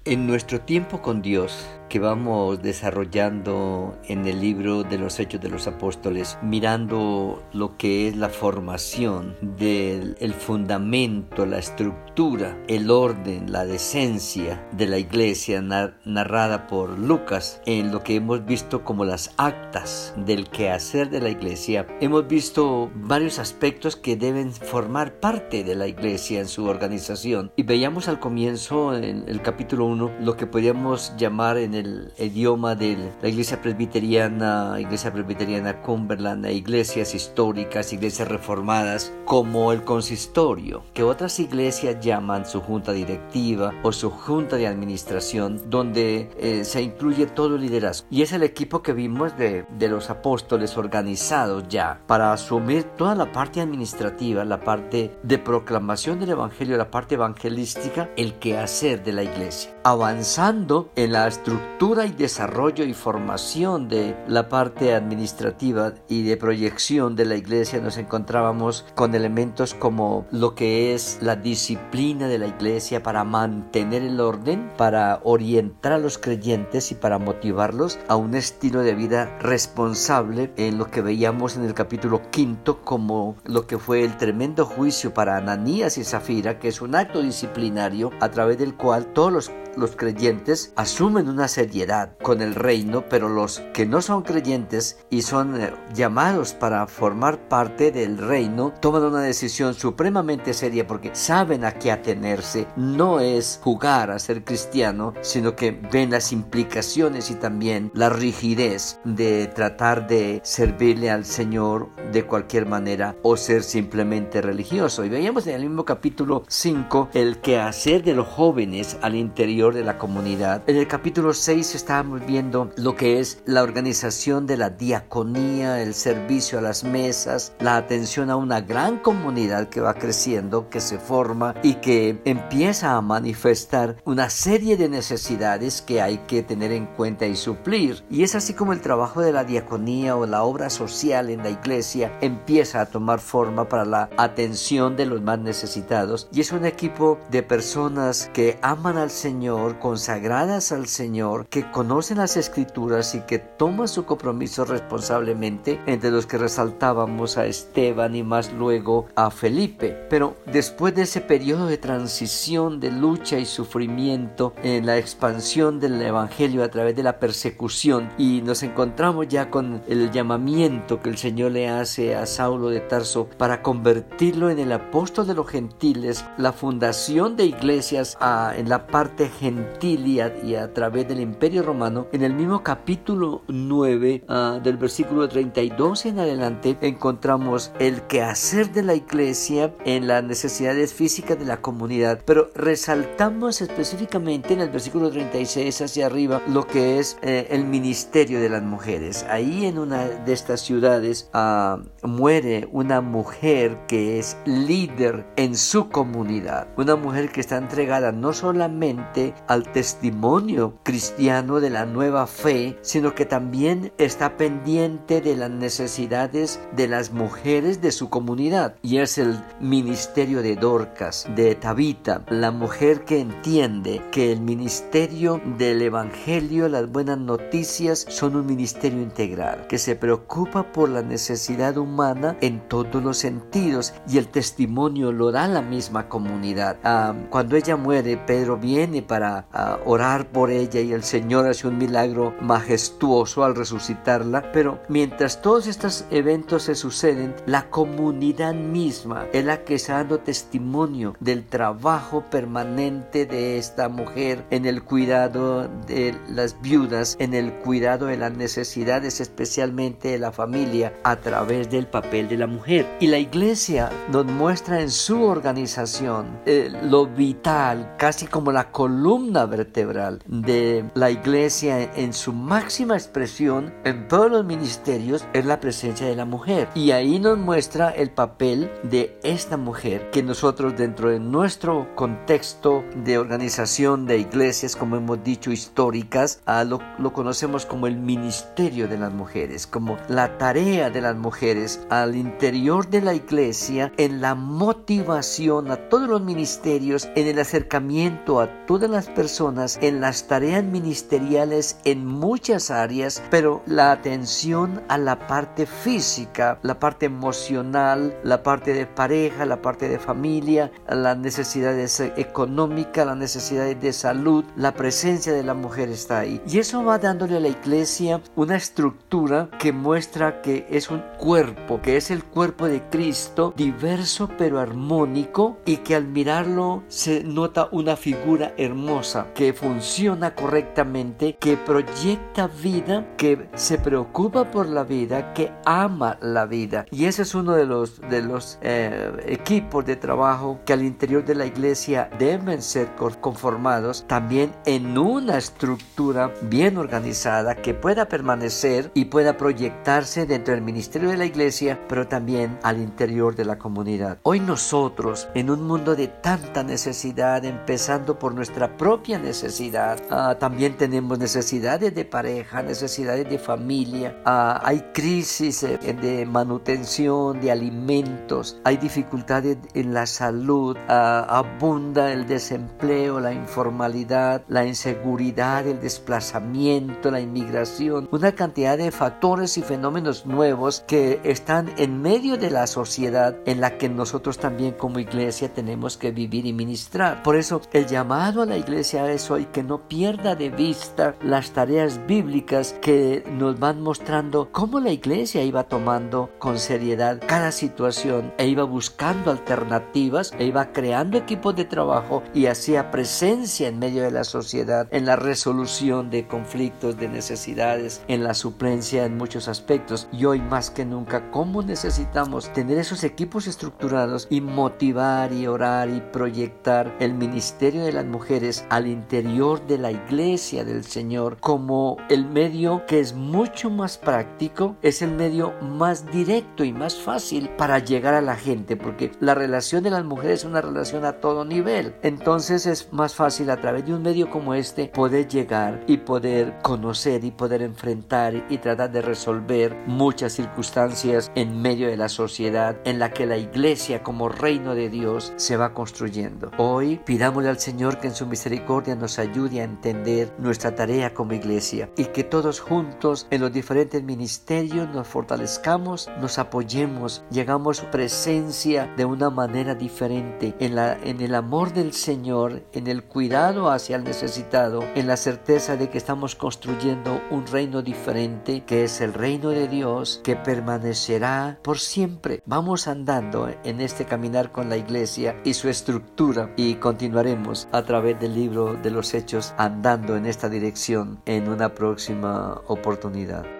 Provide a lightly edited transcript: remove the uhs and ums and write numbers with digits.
En nuestro tiempo con Dios, que vamos desarrollando en el libro de los Hechos de los Apóstoles, mirando lo que es la formación del fundamento, la estructura, el orden, la decencia de la iglesia narrada por Lucas, en lo que hemos visto como las actas del quehacer de la iglesia, hemos visto varios aspectos que deben formar parte de la iglesia en su organización. Y veíamos al comienzo, en el capítulo 1, lo que podríamos llamar en el idioma de la iglesia presbiteriana Cumberland, iglesias históricas, iglesias reformadas, como el consistorio, que otras iglesias llaman su junta directiva o su junta de administración, donde se incluye todo el liderazgo. Y es el equipo que vimos de los apóstoles organizados ya para asumir toda la parte administrativa, la parte de proclamación del evangelio, la parte evangelística, el quehacer de la iglesia. Avanzando en la estructura y desarrollo y formación de la parte administrativa y de proyección de la iglesia, nos encontrábamos con elementos como lo que es la disciplina de la iglesia para mantener el orden, para orientar a los creyentes y para motivarlos a un estilo de vida responsable, en lo que veíamos en el capítulo 5 como lo que fue el tremendo juicio para Ananías y Zafira, que es un acto disciplinario a través del cual todos los creyentes asumen una seriedad con el reino, pero los que no son creyentes y son llamados para formar parte del reino toman una decisión supremamente seria, porque saben a qué atenerse. No es jugar a ser cristiano, sino que ven las implicaciones y también la rigidez de tratar de servirle al Señor de cualquier manera o ser simplemente religioso. Y veíamos en el mismo capítulo 5 el quehacer de los jóvenes al interior de la comunidad. En el capítulo 6 estábamos viendo lo que es la organización de la diaconía, el servicio a las mesas, la atención a una gran comunidad que va creciendo, que se forma y que empieza a manifestar una serie de necesidades que hay que tener en cuenta y suplir. Y es así como el trabajo de la diaconía o la obra social en la iglesia empieza a tomar forma para la atención de los más necesitados. Y es un equipo de personas que aman al Señor, consagradas al Señor, que conocen las Escrituras y que toman su compromiso responsablemente, entre los que resaltábamos a Esteban y más luego a Felipe. Pero después de ese periodo de transición, de lucha y sufrimiento en la expansión del evangelio a través de la persecución, y nos encontramos ya con el llamamiento que el Señor le hace a Saulo de Tarso para convertirlo en el apóstol de los gentiles, la fundación de iglesias en la parte gentil y a través del Imperio Romano. En el mismo capítulo 9 del versículo 32 en adelante encontramos el quehacer de la iglesia en las necesidades físicas de la comunidad, pero resaltamos específicamente en el versículo 36 hacia arriba lo que es el ministerio de las mujeres. Ahí en una de estas ciudades muere una mujer que es líder en su comunidad, una mujer que está entregada no solamente al testimonio cristiano de la nueva fe, sino que también está pendiente de las necesidades de las mujeres de su comunidad, y es el ministerio de Dorcas, de Tabita, la mujer que entiende que el ministerio del evangelio, las buenas noticias, son un ministerio integral, que se preocupa por la necesidad humana en todos los sentidos, y el testimonio lo da la misma comunidad. Cuando ella muere, Pedro viene para orar por ella, y el Señor hace un milagro majestuoso al resucitarla. Pero mientras todos estos eventos se suceden, la comunidad misma es la que está dando testimonio del trabajo permanente de esta mujer en el cuidado de las viudas, en el cuidado de las necesidades, especialmente de la familia, a través del papel de la mujer. Y la iglesia nos muestra en su organización lo vital, casi como la columna vertebral de también la iglesia en su máxima expresión en todos los ministerios es la presencia de la mujer. Y ahí nos muestra el papel de esta mujer que nosotros dentro de nuestro contexto de organización de iglesias, como hemos dicho, históricas, lo conocemos como el ministerio de las mujeres, como la tarea de las mujeres al interior de la iglesia, en la motivación a todos los ministerios, en el acercamiento a todas las personas, en las tareas ministeriales en muchas áreas, pero la atención a la parte física, la parte emocional, la parte de pareja, la parte de familia, las necesidades económicas, las necesidades de salud, la presencia de la mujer está ahí. Y eso va dándole a la iglesia una estructura que muestra que es un cuerpo, que es el cuerpo de Cristo, diverso pero armónico, y que al mirarlo se nota una figura hermosa, que funciona correctamente, que proyecta vida, que se preocupa por la vida, que ama la vida. Y ese es uno de los equipos de trabajo que al interior de la iglesia deben ser conformados también en una estructura bien organizada que pueda permanecer y pueda proyectarse dentro del ministerio de la iglesia, pero también al interior de la comunidad. Hoy nosotros, en un mundo de tanta necesidad, empezando por nuestra propia necesidad, también tenemos necesidades de pareja, necesidades de familia, hay crisis de manutención, de alimentos, hay dificultades en la salud, abunda el desempleo, la informalidad, la inseguridad, el desplazamiento, la inmigración, una cantidad de factores y fenómenos nuevos que están en medio de la sociedad en la que nosotros también como iglesia tenemos que vivir y ministrar. Por eso el llamado a la iglesia es hoy que no pierda de vista las tareas bíblicas que nos van mostrando cómo la iglesia iba tomando con seriedad cada situación e iba buscando alternativas e iba creando equipos de trabajo y hacía presencia en medio de la sociedad en la resolución de conflictos, de necesidades, en la suplencia en muchos aspectos. Y hoy más que nunca, ¿cómo necesitamos tener esos equipos estructurados y motivar y orar y proyectar el ministerio de las mujeres al interior de la iglesia del Señor como el medio que es mucho más práctico, es el medio más directo y más fácil para llegar a la gente, porque la relación de las mujeres es una relación a todo nivel. Entonces es más fácil a través de un medio como este poder llegar y poder conocer y poder enfrentar y tratar de resolver muchas circunstancias en medio de la sociedad en la que la iglesia como reino de Dios se va construyendo. Hoy pidámosle al Señor que en su misericordia nos ayude a entender nuestra tarea como iglesia y que todos juntos en los diferentes ministerios nos fortalezcamos, nos apoyemos, llegamos a presencia de una manera diferente en el amor del Señor, en el cuidado hacia el necesitado, en la certeza de que estamos construyendo un reino diferente que es el reino de Dios que permanecerá por siempre. Vamos andando en este caminar con la iglesia y su estructura y continuaremos a través del libro de los Hechos andando en esta dirección en una próxima oportunidad.